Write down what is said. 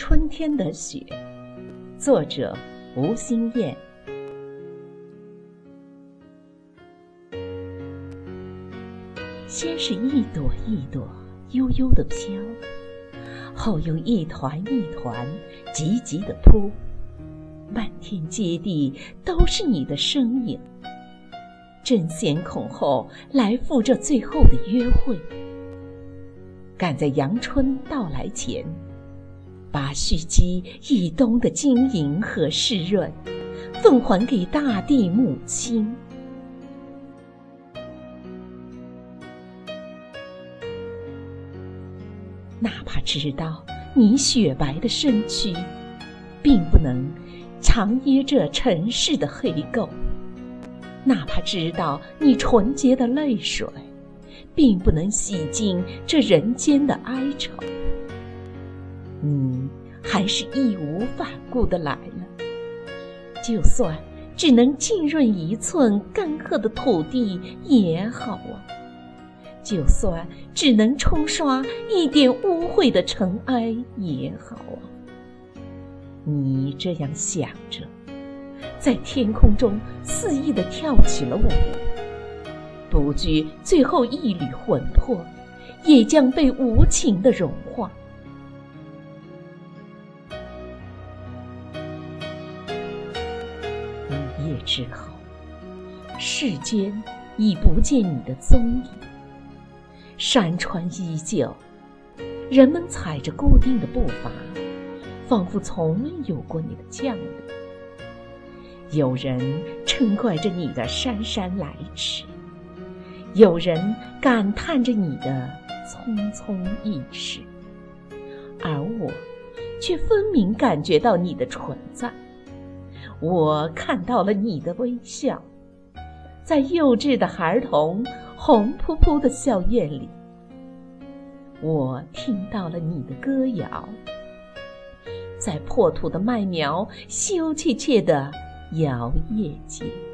春天的雪，作者吴心燕。先是一朵一朵悠悠地飘，后又一团一团急急地扑，漫天接地都是你的身影，争先恐后来赴这最后的约会。赶在阳春到来前，把蓄积一冬的晶莹和湿润奉还给大地母亲。哪怕知道你雪白的身躯并不能长掖这尘世的黑垢，哪怕知道你纯洁的泪水并不能洗净这人间的哀愁，你还是义无反顾地来了。就算只能浸润一寸干涸的土地也好啊，就算只能冲刷一点污秽的尘埃也好啊。你这样想着，在天空中肆意地跳起了舞，不惧最后一缕魂魄也将被无情地融化。一夜之后，世间已不见你的踪影，山川依旧，人们踩着固定的步伐，仿佛从未有过你的降临。有人嗔怪着你的姗姗来迟，有人感叹着你的匆匆易逝，而我却分明感觉到你的存在。我看到了你的微笑，在幼稚的孩童红扑扑的笑靥里，我听到了你的歌谣，在破土的麦苗羞怯怯的摇曳间。